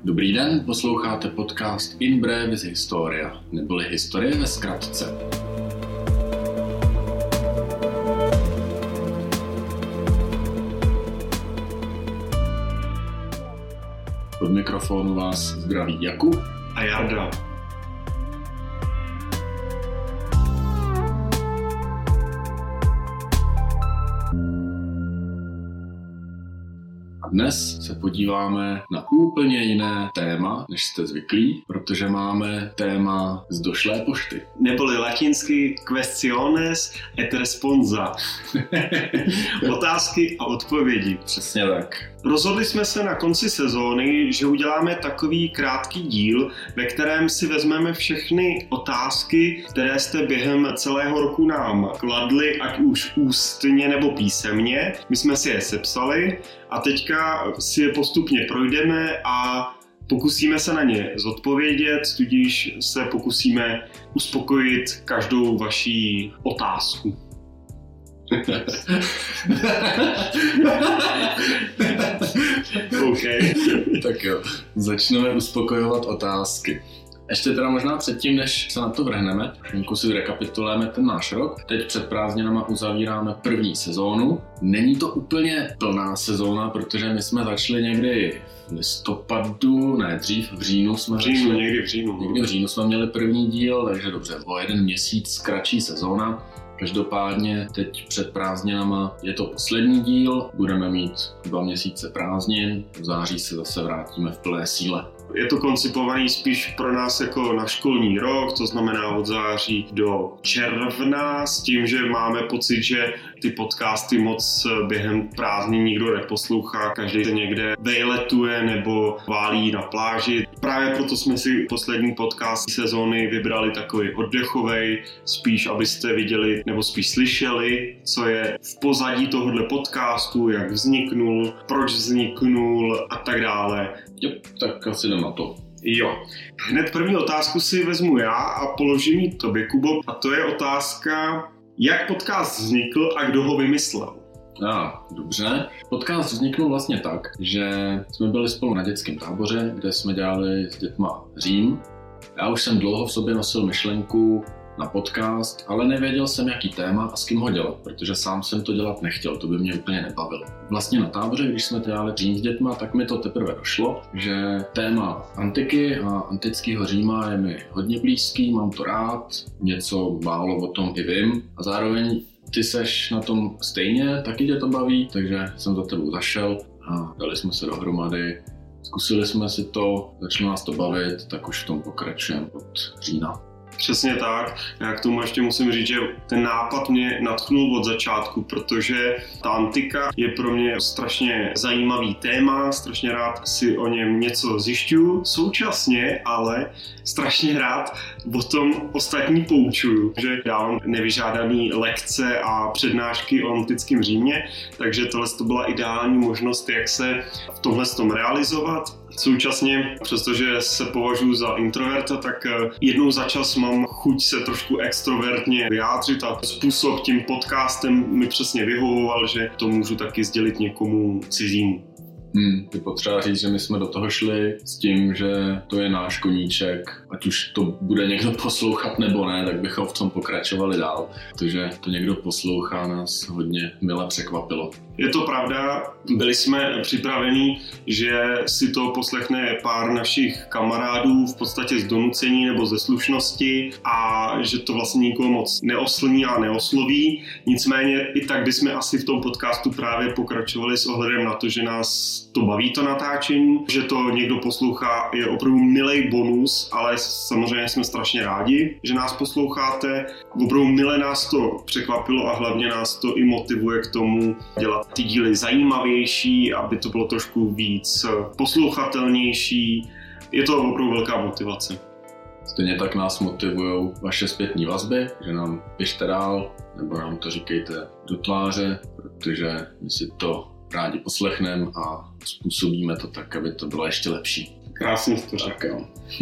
Dobrý den, posloucháte podcast In Brevis Historia, neboli historie ve zkratce. Od mikrofonu vás zdraví Jakub a Jarda. Dnes se podíváme na úplně jiné téma, než jste zvyklí, protože máme téma z došlé pošty. Neboli latinsky questiones et responsa. Otázky a odpovědi. Přesně tak. Rozhodli jsme se na konci sezóny, že uděláme takový krátký díl, ve kterém si vezmeme všechny otázky, které jste během celého roku nám kladli, ať už ústně nebo písemně. My jsme si je sepsali a teďka si je postupně projdeme a pokusíme se na ně zodpovědět, tudíž se pokusíme uspokojit každou vaši otázku. OK. Tak jo, začneme uspokojovat otázky. Ještě teda možná předtím, než se na to vrhneme, trošku si rekapitulujeme ten náš rok. Teď před prázdninama uzavíráme první sezónu. Není to úplně plná sezóna, protože my jsme začali někdy v listopadu, ne dřív, v říjnu jsme začali. Někdy v říjnu jsme měli první díl, takže dobře, o 1 měsíc kratší sezóna. Každopádně teď před prázdninama je to poslední díl, budeme mít 2 měsíce prázdnin, v září se zase vrátíme v plné síle. Je to koncipovaný spíš pro nás jako na školní rok, to znamená od září do června, s tím, že máme pocit, že ty podcasty moc během prázdnin nikdo neposlouchá, každý se někde vejletuje nebo válí na pláži. Právě proto jsme si poslední podcast sezóny vybrali takový oddechovej, spíš abyste viděli nebo spíš slyšeli, co je v pozadí tohohle podcastu, jak vzniknul, proč vzniknul a tak dále. Jo, tak asi jdem na to. Jo. Hned první otázku si vezmu já a položím ji tobě, Kubo. A to je otázka, jak podcast vznikl a kdo ho vymyslel? Dobře. Podcast vzniknul vlastně tak, že jsme byli spolu na dětském táboře, kde jsme dělali s dětma Řím. Já už jsem dlouho v sobě nosil myšlenku na podcast, ale nevěděl jsem, jaký téma a s kým ho dělat, protože sám jsem to dělat nechtěl, to by mě úplně nebavilo. Vlastně na táboře, když jsme dělali Řím s dětma, tak mi to teprve došlo, že téma antiky a antického Říma je mi hodně blízký, mám to rád, něco málo o tom i vím a zároveň ty seš na tom stejně, taky tě to baví, takže jsem za tebou zašel a dali jsme se dohromady. Zkusili jsme si to, začalo nás to bavit, tak už v tom pokračujeme od října. Přesně tak. Já k tomu ještě musím říct, že ten nápad mě nadchnul od začátku, protože ta antika je pro mě strašně zajímavý téma, strašně rád si o něm něco zjišťuju, současně ale strašně rád o tom ostatní poučuju, že dávám nevyžádaný lekce a přednášky o antickém Římě, takže tohle to byla ideální možnost, jak se v tomhle tom realizovat. Současně, přestože se považuji za introverta, tak jednou za čas mám chuť se trošku extrovertně vyjádřit a způsob tím podcastem mi přesně vyhovoval, že to můžu taky sdělit někomu cizímu. Je potřeba říct, že my jsme do toho šli s tím, že to je náš koníček, ať už to bude někdo poslouchat nebo ne, tak bychom v tom pokračovali dál, protože to někdo poslouchá nás hodně mile překvapilo. Je to pravda, byli jsme připraveni, že si to poslechne pár našich kamarádů v podstatě z donucení nebo ze slušnosti a že to vlastně nikoho moc neoslní a neosloví. Nicméně i tak bychom asi v tom podcastu právě pokračovali s ohledem na to, že nás to baví to natáčení, že to někdo poslouchá, je opravdu milej bonus, ale samozřejmě jsme strašně rádi, že nás posloucháte. Opravdu mile nás to překvapilo a hlavně nás to i motivuje k tomu dělat ty díly zajímavější, aby to bylo trošku víc poslouchatelnější. Je to opravdu velká motivace. Stejně tak nás motivují vaše zpětné vazby, že nám pište dál, nebo nám to říkejte do tváře, protože my si to rádi poslechneme a způsobíme to tak, aby to bylo ještě lepší. Krásně to řekl.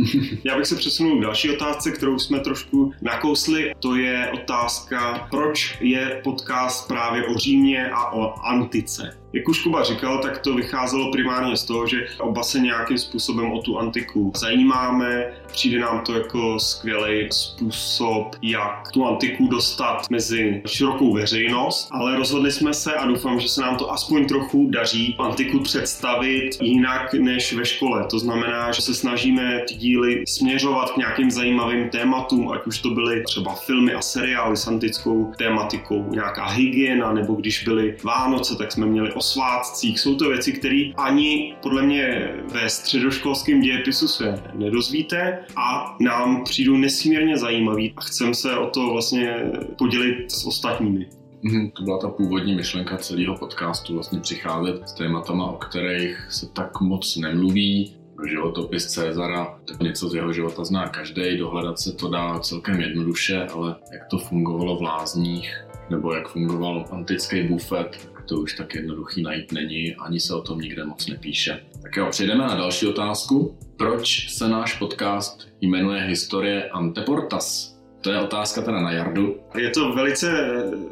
Já bych se přesunul k další otázce, kterou jsme trošku nakousli. To je otázka, proč je podcast právě o Římě a o antice. Jak už Kuba říkal, tak to vycházelo primárně z toho, že oba se nějakým způsobem o tu antiku zajímáme. Přijde nám to jako skvělý způsob, jak tu antiku dostat mezi širokou veřejnost, ale rozhodli jsme se a doufám, že se nám to aspoň trochu daří antiku představit jinak než ve škole. To znamená, že se snažíme ty díly směřovat k nějakým zajímavým tématům, ať už to byly třeba filmy a seriály s antickou tématikou, nějaká hygiena, nebo když byly Vánoce, tak jsme měli o svátcích. Jsou to věci, které ani podle mě ve středoškolském dějepisu se nedozvíte a nám přijdou nesmírně zajímavý a chcem se o to vlastně podělit s ostatními. To byla ta původní myšlenka celého podcastu, vlastně přicházet s tématama, o kterých se tak moc nemluví. Životopis Cezara, tak něco z jeho života zná každý, dohledat se to dá celkem jednoduše, ale jak to fungovalo v lázních, nebo jak fungoval antický bufet, to už tak jednoduchý najít není, ani se o tom nikde moc nepíše. Tak jo, přejdeme na další otázku. Proč se náš podcast jmenuje Historie Anteportas? To je otázka teda na Jardu. Je to velice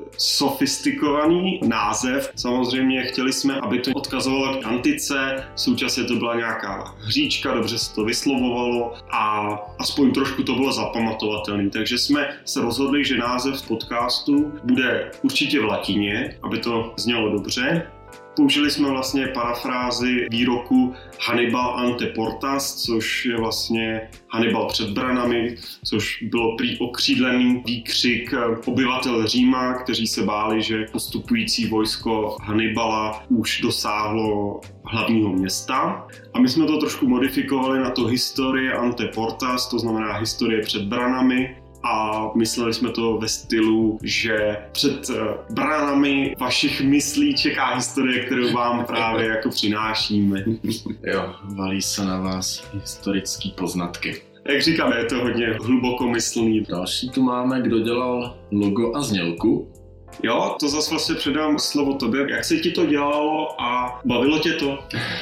sofistikovaný název. Samozřejmě chtěli jsme, aby to odkazovalo k antice, současně to byla nějaká hříčka, dobře se to vyslovovalo a aspoň trošku to bylo zapamatovatelné. Takže jsme se rozhodli, že název podcastu bude určitě v latině, aby to znělo dobře. Použili jsme vlastně parafrázi výroku Hannibal ante portas, což je vlastně Hannibal před branami, což bylo prý okřídlený výkřik obyvatel Říma, kteří se báli, že postupující vojsko Hannibala už dosáhlo hlavního města. A my jsme to trošku modifikovali na to historie ante portas, to znamená historie před branami. A mysleli jsme to ve stylu, že před bránami vašich myslí čeká historie, kterou vám právě jako přinášíme. Jo, valí se na vás historické poznatky. Jak říkám, je to hodně hlubokomyslný. Další tu máme, kdo dělal logo a znělku. Jo, to zase vlastně předám slovo tobě. Jak se ti to dělalo a bavilo tě to?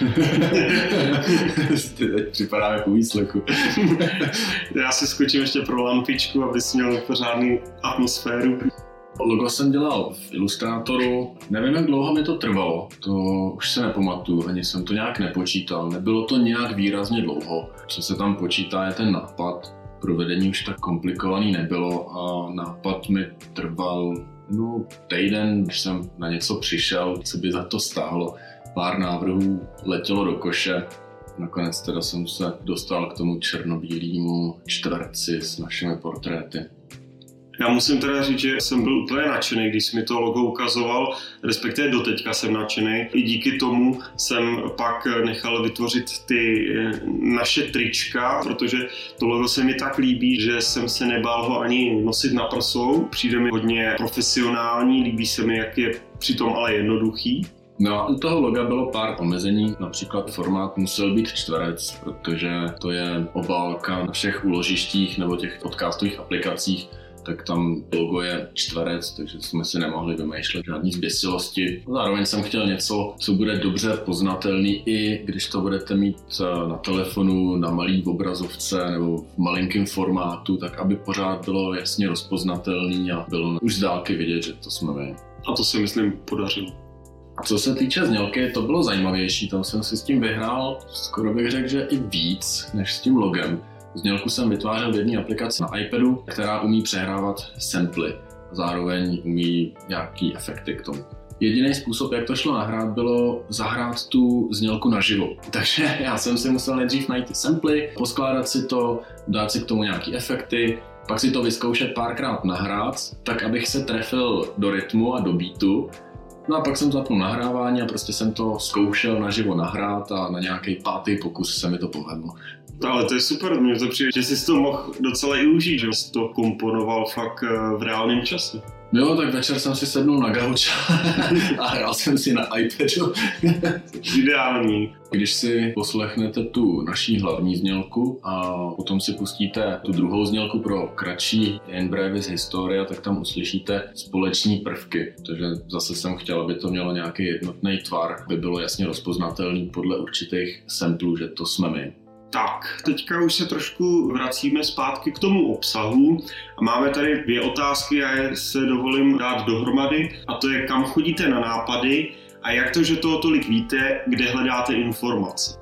Teď připadá jako výslechu. Já si skočím ještě pro lampičku, abys měl pořádný atmosféru. Logo jsem dělal v Ilustrátoru. Nevím, jak dlouho mi to trvalo. To už se nepamatuju, ani jsem to nějak nepočítal. Nebylo to nějak výrazně dlouho. Co se tam počítá, je ten nápad. Provedení už tak komplikovaný nebylo a nápad mi trval týden, když jsem na něco přišel, co by za to stálo. Pár návrhů letělo do koše. Nakonec teda jsem se dostal k tomu černobílému čtverci s našimi portréty. Já musím teda říct, že jsem byl úplně nadšený, když jsi mi to logo ukazoval, respektive doteďka jsem nadšený. I díky tomu jsem pak nechal vytvořit ty naše trička, protože to logo se mi tak líbí, že jsem se nebál ho ani nosit na prsou. Přijde mi hodně profesionální, líbí se mi, jak je přitom ale jednoduchý. No a u toho loga bylo pár omezení, například formát musel být čtverec, protože to je obálka na všech úložištích nebo těch podcastových aplikacích, tak tam logo je čtverec, takže jsme si nemohli vymýšlet žádný zběsilosti. Zároveň jsem chtěl něco, co bude dobře poznatelný, i když to budete mít na telefonu, na malý obrazovce nebo v malinkém formátu, tak aby pořád bylo jasně rozpoznatelný a bylo už z dálky vidět, že to jsme my. A to si myslím podařilo. A co se týče znělky, to bylo zajímavější, tam jsem si s tím vyhrál, skoro bych řekl, že i víc než s tím logem. Znělku jsem vytvářel v jedné aplikaci na iPadu, která umí přehrávat samply. Zároveň umí nějaký efekty k tomu. Jediný způsob, jak to šlo nahrát, bylo zahrát tu znělku naživo. Takže já jsem si musel nejdřív najít ty samply, poskládat si to, dát si k tomu nějaký efekty, pak si to vyzkoušet párkrát nahrát, tak abych se trefil do rytmu a do beatu. No a pak jsem zapnul nahrávání a prostě jsem to zkoušel naživo nahrát a na nějaký 5. pokus se mi to povedlo. Ale to je super, mně to přijde, že jsi to mohl docela i užít, že jsi to komponoval fakt v reálném čase. Jo, tak večer jsem si sednul na gauč a hrál jsem si na iPadu. Ideální. Když si poslechnete tu naší hlavní znělku a potom si pustíte tu druhou znělku pro kratší In brevis historia, tak tam uslyšíte společní prvky. Takže zase jsem chtěl, aby to mělo nějaký jednotný tvar, aby bylo jasně rozpoznatelný podle určitých samplů, že to jsme my. Tak, teďka už se trošku vracíme zpátky k tomu obsahu a máme tady 2 otázky a já se dovolím dát dohromady a to je, kam chodíte na nápady A jak to, že toho tolik víte, kde hledáte informace?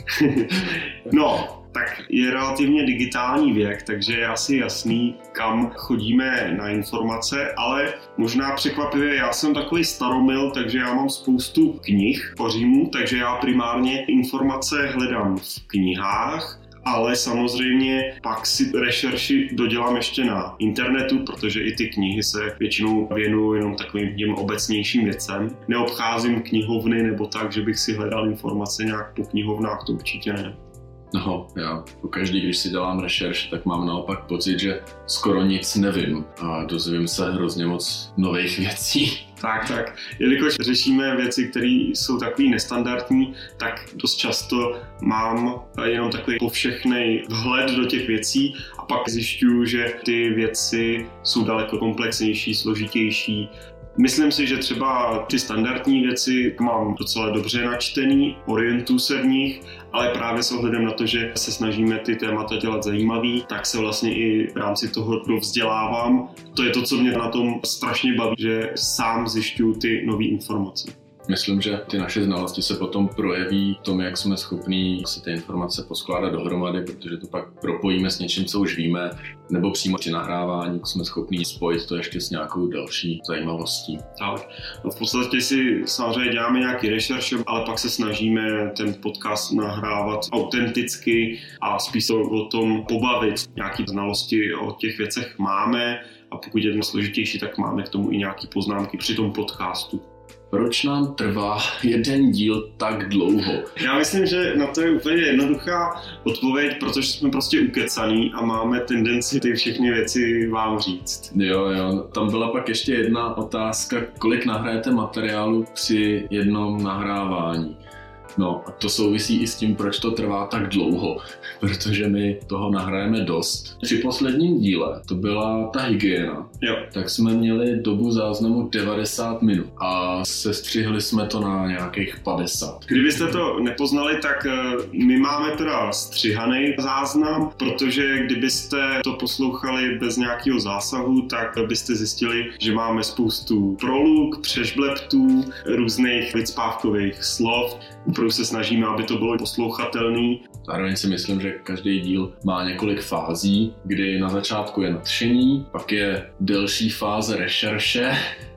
No, tak je relativně digitální věk, takže je asi jasný, kam chodíme na informace, ale možná překvapivě, já jsem takový staromil, takže já mám spoustu knih o Římu, takže já primárně informace hledám v knihách, ale samozřejmě pak si rešerši dodělám ještě na internetu, protože i ty knihy se většinou věnují jenom takovým těm obecnějším věcem. Neobcházím knihovny nebo tak, že bych si hledal informace nějak po knihovnách, to určitě ne. No, já pokaždý, když si dělám rešerš, tak mám naopak pocit, že skoro nic nevím a dozvím se hrozně moc nových věcí. Tak. Jelikož řešíme věci, které jsou takový nestandardní, tak dost často mám jenom takový povšechnej vhled do těch věcí a pak zjišťuju, že ty věci jsou daleko komplexnější, složitější. Myslím si, že třeba ty standardní věci mám docela dobře načtený, orientuju se v nich, ale právě s ohledem na to, že se snažíme ty témata dělat zajímavý, tak se vlastně i v rámci toho dovzdělávám. To je to, co mě na tom strašně baví, že sám zjišťuju ty nové informace. Myslím, že ty naše znalosti se potom projeví v tom, jak jsme schopní si ty informace poskládat dohromady, protože to pak propojíme s něčím, co už víme, nebo přímo při nahrávání jsme schopní spojit to ještě s nějakou další zajímavostí. Tak, no v podstatě si samozřejmě děláme nějaký rešerš, ale pak se snažíme ten podcast nahrávat autenticky a spíš se o tom pobavit. Nějaké znalosti o těch věcech máme a pokud je to složitější, tak máme k tomu i nějaké poznámky při tom podcastu. Proč nám trvá jeden díl tak dlouho? Já myslím, že na to je úplně jednoduchá odpověď, protože jsme prostě ukecaný a máme tendenci ty všechny věci vám říct. Jo, tam byla pak ještě jedna otázka, kolik nahrajete materiálu při jednom nahrávání. No a to souvisí i s tím, proč to trvá tak dlouho, protože my toho nahrajeme dost. Při posledním díle, to byla ta hygiena, tak jsme měli dobu záznamu 90 minut a sestřihli jsme to na nějakých 50. Kdybyste to nepoznali, tak my máme teda střihaný záznam, protože kdybyste to poslouchali bez nějakého zásahu, tak byste zjistili, že máme spoustu proluk, přežbleptů, různých vycpávkových slov. Opravdu se snažíme, aby to bylo poslouchatelný. Zároveň si myslím, že každý díl má několik fází, kdy na začátku je nadšení, pak je delší fáze rešerše,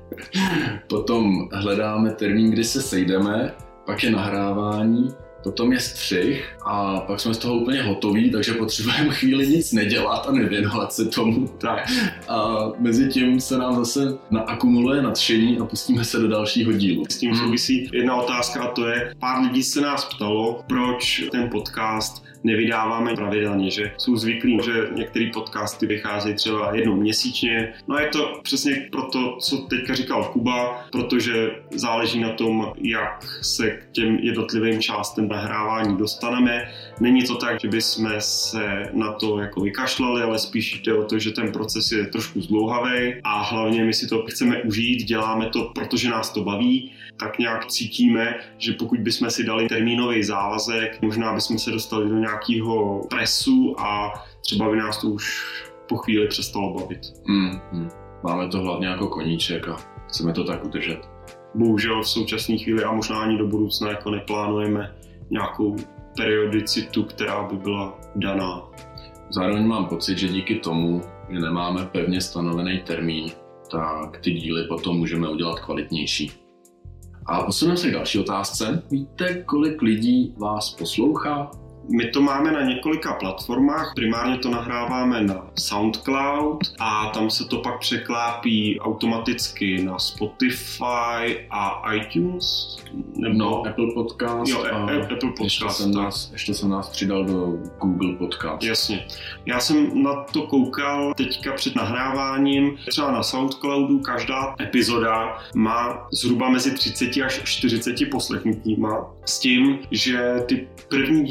potom hledáme termín, kdy se sejdeme, pak je nahrávání, potom je střih a pak jsme z toho úplně hotoví, takže potřebujeme chvíli nic nedělat a nevěnovat se tomu. Tak. A mezi tím se nám zase naakumuluje nadšení a pustíme se do dalšího dílu. S tím souvisí jedna otázka a to je, pár lidí se nás ptalo, proč ten podcast nevydáváme pravidelně, že jsou zvyklí, že některé podcasty vycházejí třeba jednou měsíčně. No a je to přesně proto, co teďka říkal Kuba, protože záleží na tom, jak se k těm jednotlivým částem nahrávání dostaneme. Není to tak, že bychom se na to jako vykašlali, ale spíš jde o to, že ten proces je trošku zdlouhavý a hlavně my si to chceme užít, děláme to, protože nás to baví, tak nějak cítíme, že pokud bychom si dali termínový závazek, možná bychom se dostali do nějakého presu a třeba by nás to už po chvíli přestalo bavit. Máme to hlavně jako koníček a chceme to tak udržet. Bohužel v současné chvíli a možná ani do budoucna jako neplánujeme nějakou periodicitu, která by byla daná. Zároveň mám pocit, že díky tomu, že nemáme pevně stanovený termín, tak ty díly potom můžeme udělat kvalitnější. A posuneme se k další otázce. Víte, kolik lidí vás poslouchá? My to máme na několika platformách, primárně to nahráváme na SoundCloud a tam se to pak překlápí automaticky na Spotify a iTunes. Nebo Apple Podcast. Jo, Apple Podcast. Ještě jsem nás přidal do Google Podcast. Jasně. Já jsem na to koukal teďka před nahráváním. Třeba na SoundCloudu každá epizoda má zhruba mezi 30 až 40 poslechnutíma. S tím, že ty první díly mají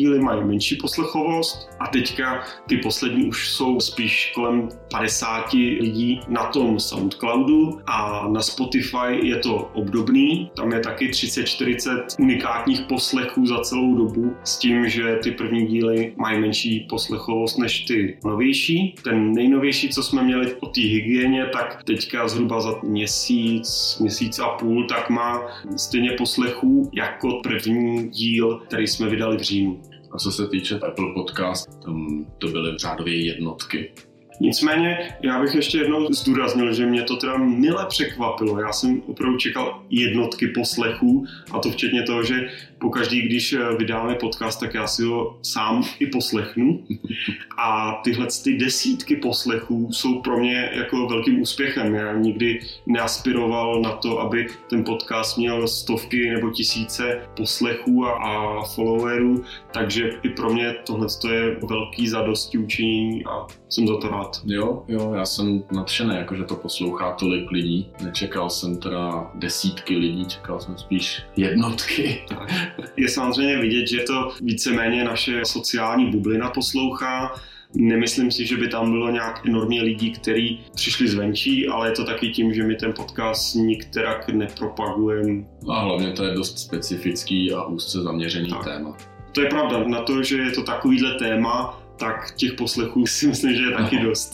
menší poslechovost a teďka ty poslední už jsou spíš kolem 50 lidí na tom SoundCloudu a na Spotify je to obdobný. Tam je taky 30-40 unikátních poslechů za celou dobu s tím, že ty první díly mají menší poslechovost než ty novější. Ten nejnovější, co jsme měli o té hygieně, tak teďka zhruba za měsíc a půl, tak má stejně poslechů jako první díl, který jsme vydali v říjnu. A co se týče Apple Podcast, tam to byly řádově jednotky. Nicméně, já bych ještě jednou zdůraznil, že mě to teda mile překvapilo. Já jsem opravdu čekal jednotky poslechů, a to včetně toho, že pokaždý, když vydáme podcast, tak já si ho sám i poslechnu. A tyhle ty desítky poslechů jsou pro mě jako velkým úspěchem. Já nikdy neaspiroval na to, aby ten podcast měl stovky nebo tisíce poslechů a followerů, takže i pro mě tohle je velký zadostiučinění a jsem za to rád. Jo, já jsem nadšený, jakože to poslouchá tolik lidí. Nečekal jsem teda desítky lidí, čekal jsem spíš jednotky. Je samozřejmě vidět, že to víceméně naše sociální bublina poslouchá. Nemyslím si, že by tam bylo nějak enormně lidí, kteří přišli zvenčí, ale je to taky tím, že my ten podcast nikterak nepropagujeme. A hlavně to je dost specifický a úzce zaměřený téma. To je pravda, na to, že je to takovýhle téma, tak těch poslechů si myslím, že je taky dost.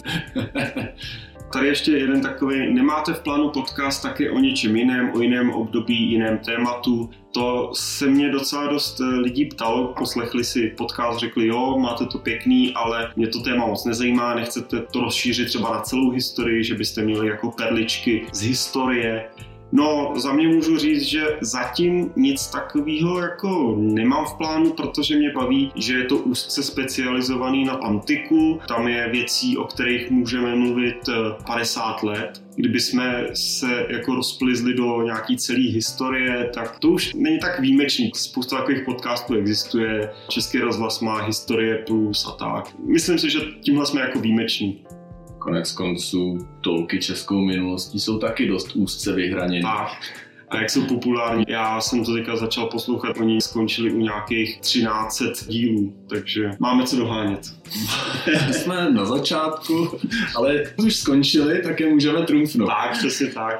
Tady ještě jeden takový, nemáte v plánu podcast taky o něčem jiném, o jiném období, jiném tématu. To se mě docela dost lidí ptalo, poslechli si podcast, řekli jo, máte to pěkný, ale mě to téma moc nezajímá, nechcete to rozšířit třeba na celou historii, že byste měli jako perličky z historie. No, za mě můžu říct, že zatím nic takového jako nemám v plánu, protože mě baví, že je to úzce specializovaný na antiku. Tam je věcí, o kterých můžeme mluvit 50 let. Kdyby jsme se jako rozplizli do nějaký celý historie, tak to už není tak výjimečný. Spousta takových podcastů existuje, Český rozhlas má Historie plus a tak. Myslím si, že tímhle jsme jako výjimeční. Konec konců tolky českou minulostí jsou taky dost úzce vyhraněny. Tak. A jak jsou populární. Já jsem to teďka začal poslouchat, oni skončili u nějakých 1300 dílů, takže máme co dohánět. Jsme na začátku, ale už skončili, tak je můžeme trumfnout. Tak, přesně tak.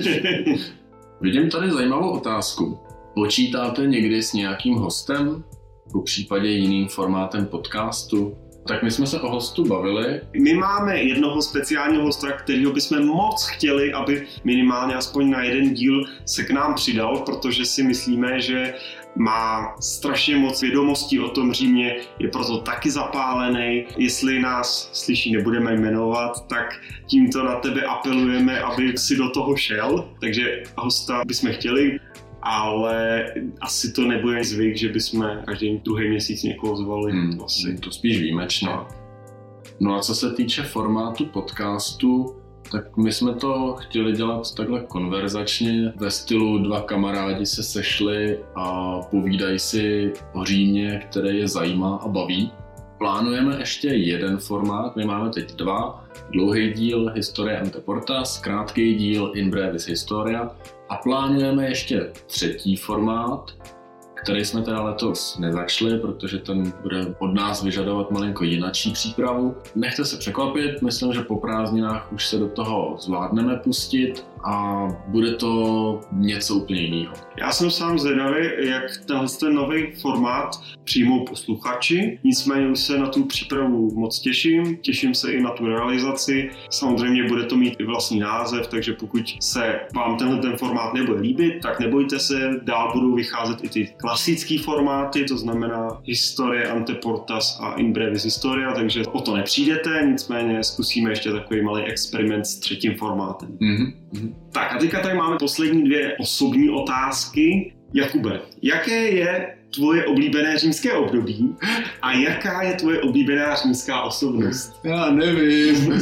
Vidím tady zajímavou otázku. Počítáte někdy s nějakým hostem, po případě jiným formátem podcastu? Tak my jsme se o hostu bavili. My máme jednoho speciálního hosta, kterýho bychom moc chtěli, aby minimálně aspoň na jeden díl se k nám přidal, protože si myslíme, že má strašně moc vědomostí o tom Římě, je proto taky zapálený. Jestli nás slyší, nebudeme jmenovat, tak tímto na tebe apelujeme, aby si do toho šel. Takže hosta bychom chtěli, ale asi to nebude zvyk, že bychom každý druhý měsíc někoho zvali. To spíš výjimečně. No a co se týče formátu podcastu, tak my jsme to chtěli dělat takhle konverzačně, ve stylu dva kamarádi se sešli a povídají si o Římě, který je zajímá a baví. Plánujeme ještě jeden formát, my máme teď dva, dlouhý díl Historie ante portas, krátký díl In brevis historia a plánujeme ještě třetí formát, který jsme teda letos nezačali, protože ten bude od nás vyžadovat malinko jinačí přípravu. Nechte se překvapit, myslím, že po prázdninách už se do toho zvládneme pustit a bude to něco úplně jiného. Já jsem sám zvědavý, jak ten nový formát přijmou posluchači, nicméně už se na tu přípravu moc těším se i na tu realizaci. Samozřejmě bude to mít i vlastní název, takže pokud se vám ten formát nebude líbit, tak nebojte se, dál budou vycházet i ty klasické formáty, to znamená Historie ante portas a In brevis historia, takže o to nepřijdete, nicméně zkusíme ještě takový malý experiment s třetím formátem. Tak a teďka tady máme poslední dvě osobní otázky. Jakube, jaké je tvoje oblíbené římské období a jaká je tvoje oblíbená římská osobnost? Já nevím.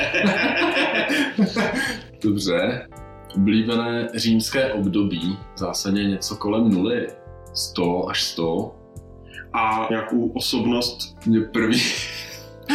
Dobře. Oblíbené římské období, v zásadě něco kolem 0, 100 až 100. A nějakou osobnost? Mě první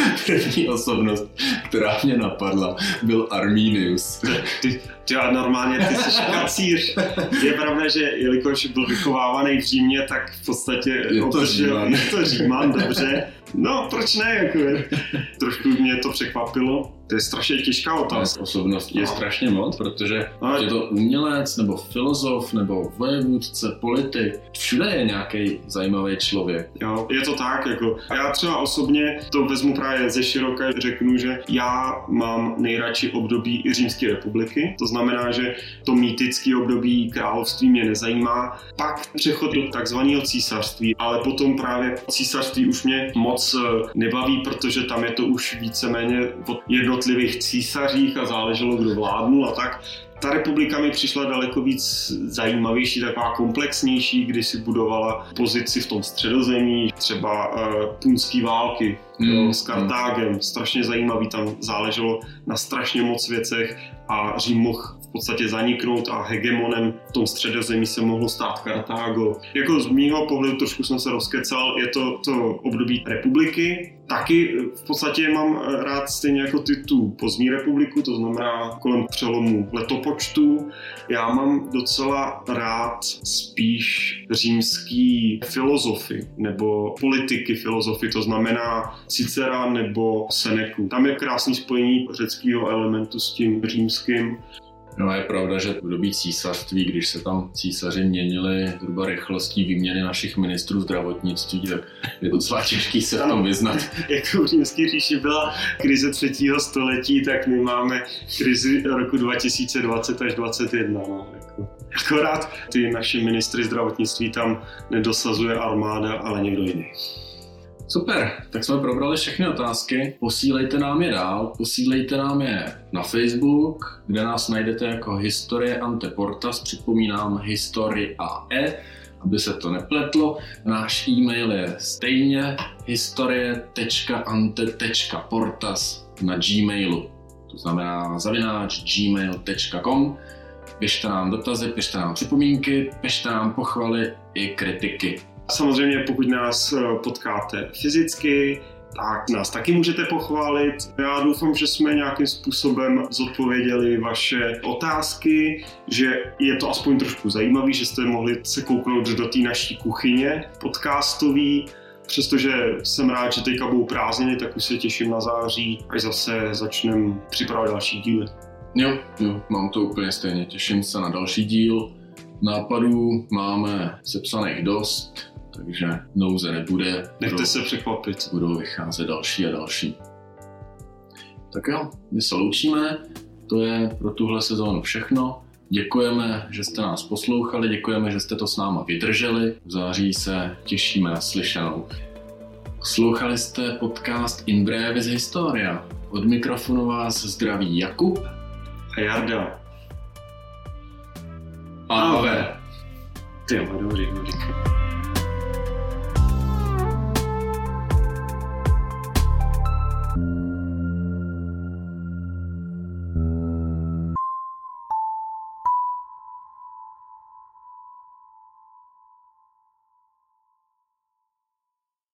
První osobnost, která mě napadla, byl Arminius. Ty normálně ty jsi kacíř. Je pravda, že jelikož byl vychovávaný v Římě, tak v podstatě je to Říman, dobře. No, proč ne? Jako trošku mě to překvapilo. To je strašně těžká otázka. Osobnost je strašně moc, protože je to umělec, nebo filozof, nebo vojevůdce, politik. Všude je nějaký zajímavý člověk. Jo, je to tak, jako já třeba osobně to vezmu právě ze široka, řeknu, že já mám nejradši období Římské republiky. To znamená, že to mýtické období království mě nezajímá. Pak přechod do takzvaného císařství, ale potom právě císařství už mě moc nebaví, protože tam je to už víceméně od jednotlivých císařích a záleželo, kdo vládnul a tak. Ta republika mi přišla daleko víc zajímavější, taková komplexnější, kdy si budovala pozici v tom Středozemí, třeba punské války s Kartágem, strašně zajímavý, tam záleželo na strašně moc věcech a Řím mohl v podstatě zaniknout a hegemonem v tom Středozemí se mohlo stát Kartágo. Jako z mýho pohledu trošku jsem se rozkecal, je to období republiky. Taky v podstatě mám rád stejně jako ty tu pozdní republiku, to znamená kolem přelomu letopočtu. Já mám docela rád spíš římský filozofy nebo politiky filozofy, to znamená Cicera nebo Seneku. Tam je krásný spojení řeckého elementu s tím římským. No je pravda, že v období císařství, když se tam císaři měnili zhruba rychlostí výměny našich ministrů zdravotnictví, tak je docela těžký se v tom vyznat. Jako v římské říši byla krize 3. století, tak my máme krizi roku 2020 až 2021. No, jako. Akorát ty naši ministry zdravotnictví tam nedosazuje armáda, ale někdo jiný. Super, tak jsme probrali všechny otázky. Posílejte nám je dál, posílejte nám je na Facebook, kde nás najdete jako Historie Ante Portas, připomínám Historie AE, aby se to nepletlo. Náš e-mail je stejně historie.ante.portas na Gmailu, to znamená @gmail.com. Pište nám dotazy, pište nám připomínky, pište nám pochvaly i kritiky. Samozřejmě, pokud nás potkáte fyzicky, tak nás taky můžete pochválit. Já doufám, že jsme nějakým způsobem zodpověděli vaše otázky, že je to aspoň trošku zajímavý, že jste mohli se kouknout do té naší kuchyně podcastový. Přestože jsem rád, že teďka budou prázdniny, tak už se těším na září, až zase začneme připravovat další díly. Jo, mám to úplně stejně. Těším se na další díl. Nápadů máme sepsaných dost, takže nouze nebude. Nechte se překvapit. Budou vycházet další a další. Tak jo, my se loučíme. To je pro tuhle sezónu všechno. Děkujeme, že jste nás poslouchali, děkujeme, že jste to s náma vydrželi. V září se těšíme na slyšenou. Poslouchali jste podcast In Brevis Historia. Od mikrofonu vás zdraví Jakub a Jarda. Ave. Ty jo, dobrý.